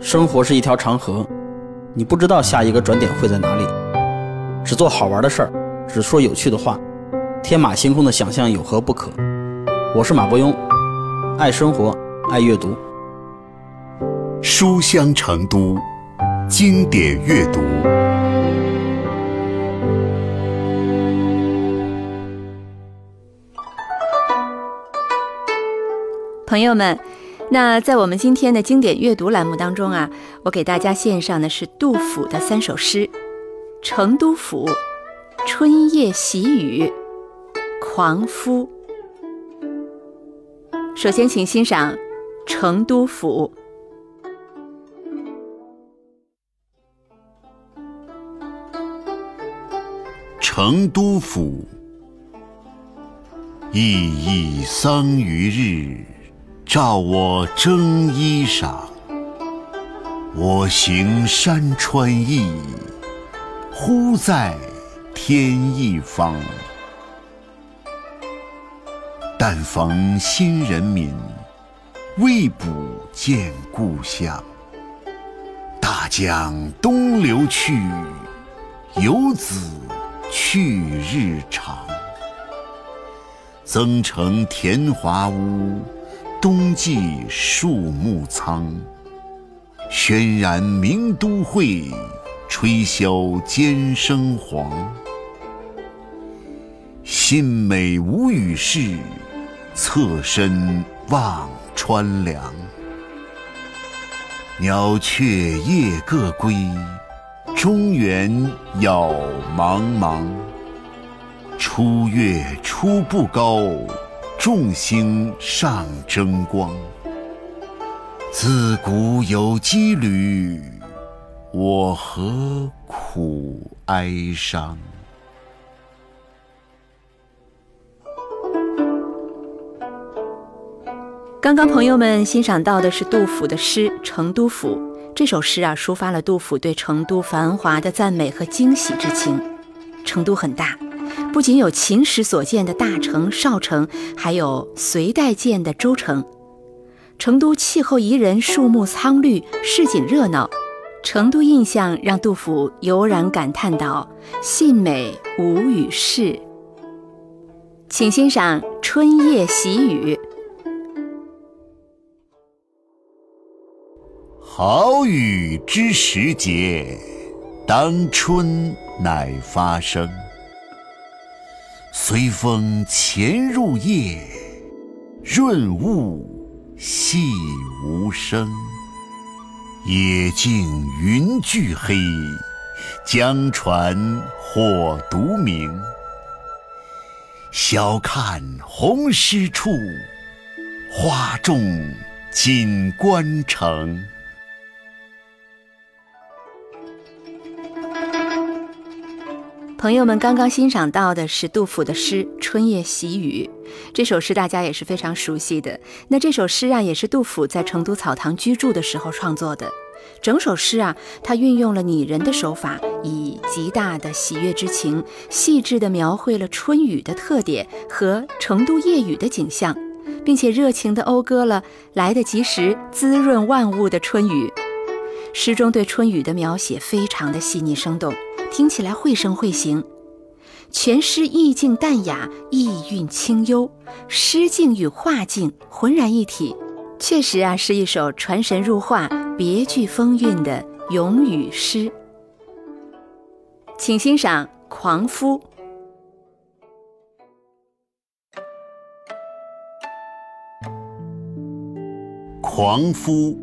生活是一条长河，你不知道下一个转点会在哪里，只做好玩的事儿，只说有趣的话，天马行空的想象有何不可？我是马伯庸，爱生活，爱阅读。 书香成都，经典阅读。 朋友们，那在我们今天的经典阅读栏目当中啊，我给大家献上的是杜甫的3首诗：成都府、春夜喜雨、狂夫。首先请欣赏成都府。 成都府，熠熠桑榆日，照我征衣裳。我行山川异，忽在天一方。但逢新人民，未卜见故乡。大江东流去，游子去日长。增城田华屋，冬季树木苍。轩然名都会，吹箫兼声黄。心美无与世，侧身望川凉。鸟雀夜各归，中原杳茫茫。初月出不高，众星上争光。自古有羁旅，我何苦哀伤。 刚刚朋友们欣赏到的是杜甫的诗《成都府》。这首诗啊，抒发了杜甫对成都繁华的赞美和惊喜之情。成都很大，不仅有秦时所建的大城、少城，还有隋代建的州城。成都气候宜人，树木苍绿，市井热闹。成都印象让杜甫悠然感叹道：信美无与世。请欣赏《春夜喜雨》。 好雨知时节，当春乃发生。随风潜入夜，润物细无声。野径云俱黑，江船火独明。晓看红湿处，花重锦官城。 朋友们刚刚欣赏到的是杜甫的诗《春夜喜雨》，这首诗大家也是非常熟悉的。那这首诗啊，也是杜甫在成都草堂居住的时候创作的。整首诗啊，他运用了拟人的手法，以极大的喜悦之情，细致地描绘了春雨的特点和成都夜雨的景象，并且热情地讴歌了来得及时、滋润万物的春雨。诗中对春雨的描写非常的细腻生动，听起来绘声绘形。全诗意境淡雅，意韵清幽，诗境与画境浑然一体，确实啊，是一首传神入化、别具风韵的咏雨诗。请欣赏《狂夫》。 狂夫，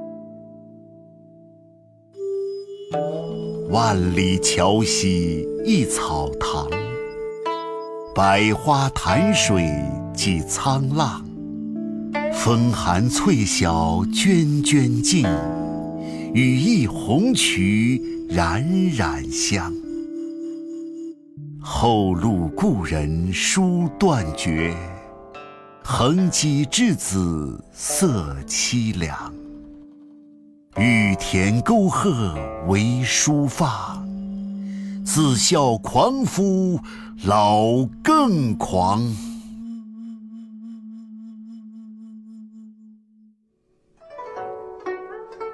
万里桥西一草堂，百花潭水济沧浪。风寒翠晓涓涓净，羽翼红蕖冉冉香。后路故人书断绝，横机稚子色凄凉。玉田沟壑为书发，自笑狂夫老更狂。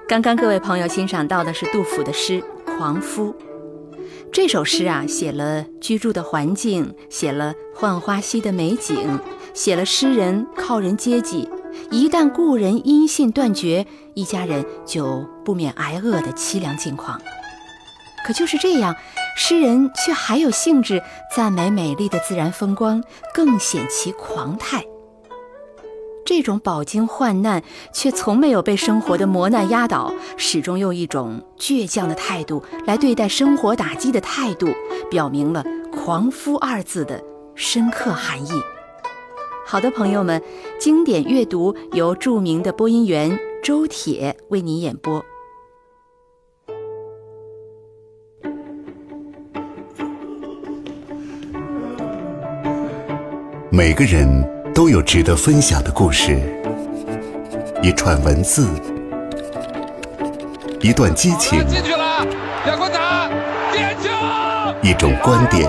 刚刚各位朋友欣赏到的是杜甫的诗《狂夫》。这首诗啊，写了居住的环境，写了浣花溪的美景，写了诗人靠人阶级一旦故人音信断绝，一家人就不免挨饿的凄凉境况。可就是这样，诗人却还有兴致赞美美丽的自然风光，更显其狂态。这种饱经患难却从没有被生活的磨难压倒，始终用一种倔强的态度来对待生活打击的态度，表明了狂夫二字的深刻含义。好的朋友们，经典阅读由著名的播音员周铁为您演播。 每个人都有值得分享的故事，一串文字，一段激情， 进去了，两个打，点球， 一种观点。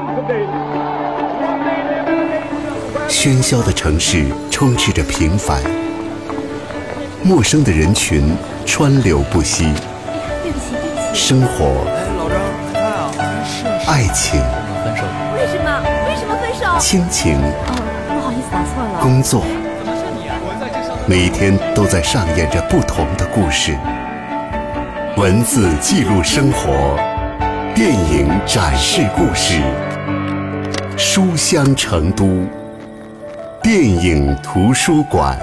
喧嚣的城市充斥着平凡，陌生的人群川流不息。生活，爱情， 为什么分手？ 亲情， 不好意思，打错了。 工作，每一天都在上演着不同的故事。文字记录生活，电影展示故事。书香成都，电影图书馆。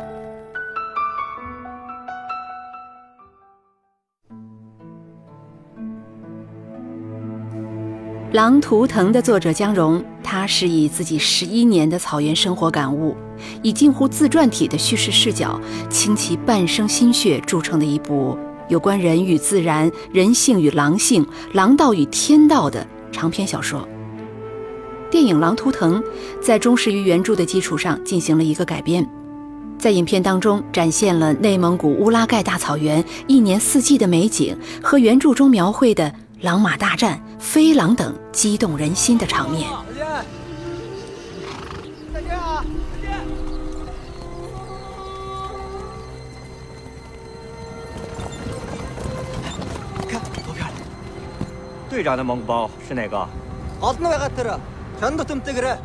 《狼图腾》的作者江荣，他是以自己11年的草原生活感悟，以近乎自传体的叙事视角，倾其半生心血铸成的一部有关人与自然、人性与狼性、狼道与天道的长篇小说。电影《狼图腾》在忠实于原著的基础上进行了一个改编，在影片当中展现了内蒙古乌拉盖大草原一年四季的美景和原著中描绘的狼马大战、飞狼等激动人心的场面。 再见啊，再见。 看多漂亮！队长的蒙古包是哪个 ？Алдын байгаатай чанд төмтэйгэрэ.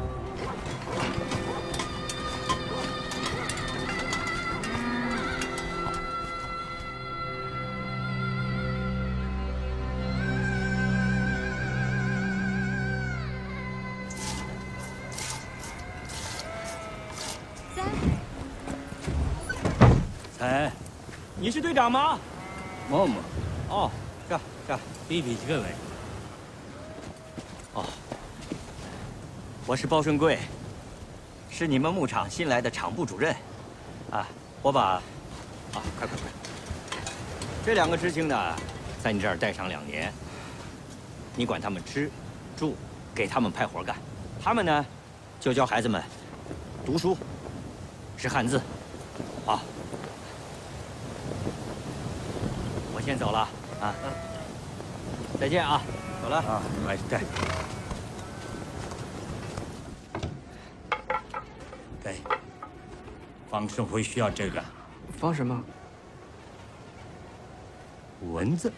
哎，你是队长吗？ 某某， 哦，这比这位。 哦，我是包顺贵，是你们牧场新来的场部主任。啊，我把，啊，快！这2个知青呢，在你这儿待上2年，你管他们吃、住，给他们派活干。他们呢，就教孩子们读书，识汉字。啊。我先走了啊，再见啊，走了啊，哎，对， 对，方生辉需要这个。 放什么？ 蚊子，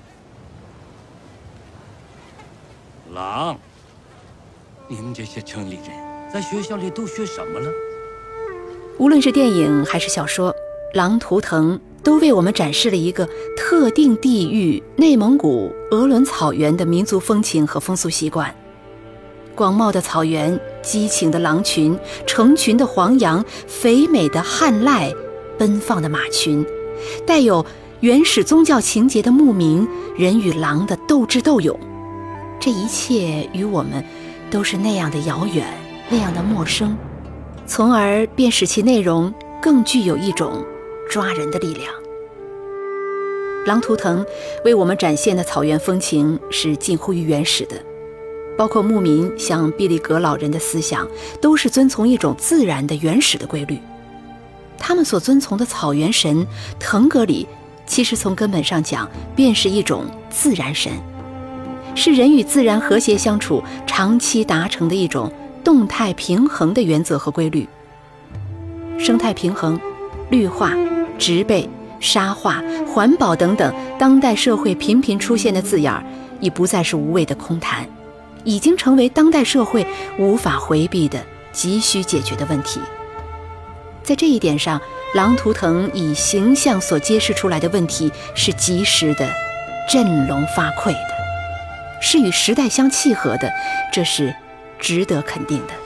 狼。你们这些城里人在学校里都学什么了？ 无论是电影还是小说，《狼图腾》都为我们展示了一个特定地域内蒙古鄂伦草原的民族风情和风俗习惯。广袤的草原，激情的狼群，成群的黄羊，肥美的汉赖，奔放的马群，带有原始宗教情节的牧民，人与狼的斗智斗勇，这一切与我们都是那样的遥远，那样的陌生，从而便使其内容更具有一种抓人的力量。狼图腾为我们展现的草原风情是近乎于原始的，包括牧民像毕利格老人的思想，都是遵从一种自然的原始的规律。他们所遵从的草原神腾格里，其实从根本上讲便是一种自然神，是人与自然和谐相处长期达成的一种动态平衡的原则和规律。生态平衡、绿化、植被、沙化、 环保等等当代社会频频出现的字眼，已不再是无谓的空谈，已经成为当代社会无法回避的急需解决的问题。在这一点上，狼图腾以形象所揭示出来的问题是及时的、振聋发聩的，是与时代相契合的，这是值得肯定的。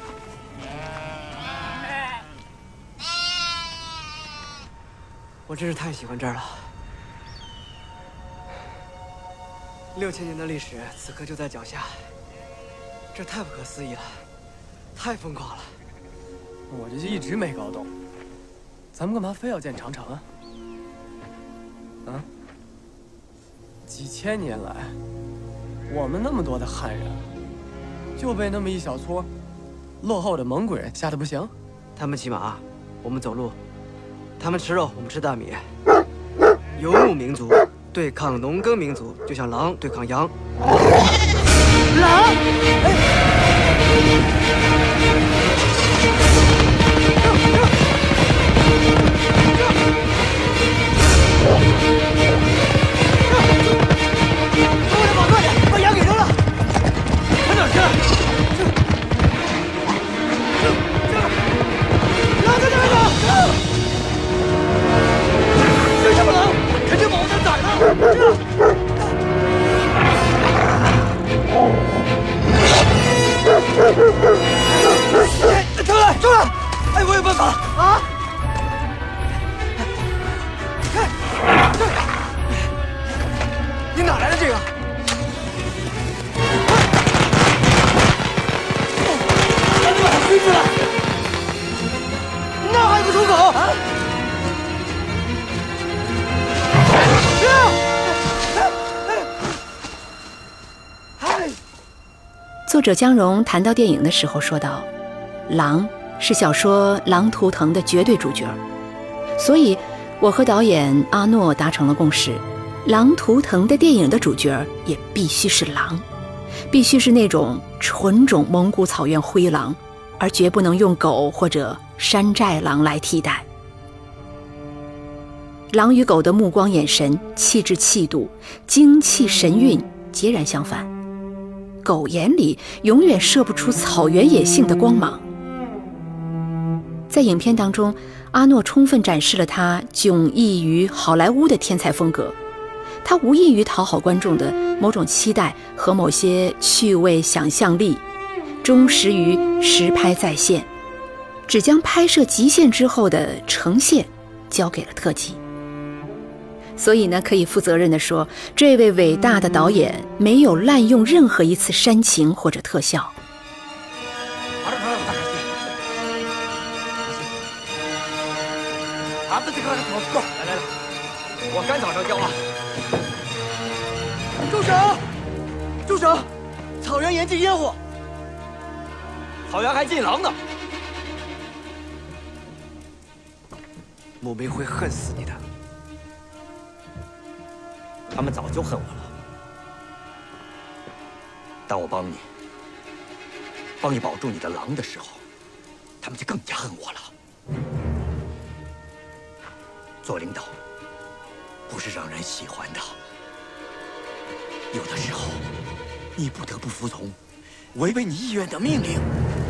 我真是太喜欢这儿了。6000年的历史，此刻就在脚下，这太不可思议了，太疯狂了。我这就一直没搞懂，咱们干嘛非要建长城啊？啊？几千年来，我们那么多的汉人，就被那么一小撮落后的蒙古人吓得不行？他们骑马，我们走路。他们吃肉，我们吃大米。游牧民族对抗农耕民族，就像狼对抗羊。狼！快点跑，快点，把羊给扔了！跑哪儿去？狼在哪儿呢？这什么狼？肯定把我们宰了！出来，出来！哎，我有办法啊！你哪来的这个？把你把它熏出来！那还不出口啊？ 作者江荣谈到电影的时候说道，狼是小说《狼图腾》的绝对主角，所以我和导演阿诺达成了共识，《狼图腾》的电影的主角也必须是狼，必须是那种纯种蒙古草原灰狼，而绝不能用狗或者山寨狼来替代。狼与狗的目光眼神、气质气度、精气神韵截然相反，狗眼里永远射不出草原野性的光芒。在影片当中，阿诺充分展示了他迥异于好莱坞的天才风格，他无异于讨好观众的某种期待和某些趣味想象力，忠实于实拍再现，只将拍摄极限之后的呈现交给了特技。所以呢，可以负责任地说，这位伟大的导演没有滥用任何一次煽情或者特效。 来，我赶草上交了。 住手！住手！草原严禁烟火。 草原还禁狼呢。 穆明会恨死你的。 他们早就恨我了。当我帮你保住你的狼的时候，他们就更加恨我了。做领导不是让人喜欢的，有的时候你不得不服从违背你意愿的命令。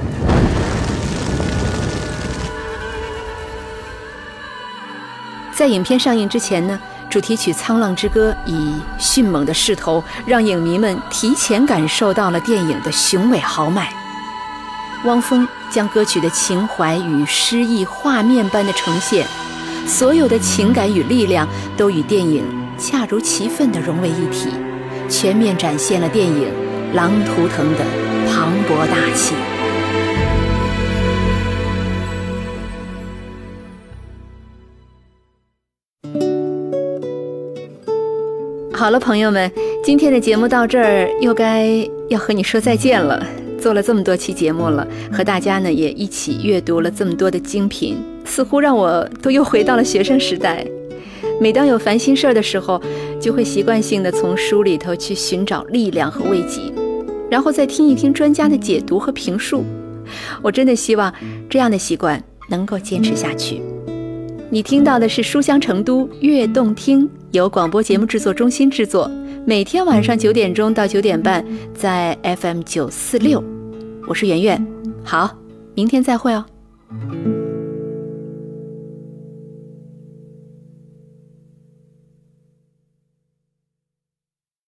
在影片上映之前呢，主题曲《沧浪之歌》以迅猛的势头，让影迷们提前感受到了电影的雄伟豪迈。汪峰将歌曲的情怀与诗意画面般的呈现，所有的情感与力量都与电影恰如其分地融为一体，全面展现了电影《狼图腾》的磅礴大气。好了，朋友们，今天的节目到这儿又该要和你说再见了。做了这么多期节目了，和大家呢也一起阅读了这么多的精品，似乎让我都又回到了学生时代。每当有烦心事儿的时候，就会习惯性的从书里头去寻找力量和慰藉，然后再听一听专家的解读和评述。我真的希望这样的习惯能够坚持下去。 你听到的是书香成都悦动听，由广播节目制作中心制作，每天晚上9点钟到9点半，在 FM 946。我是圆圆，好，明天再会哦。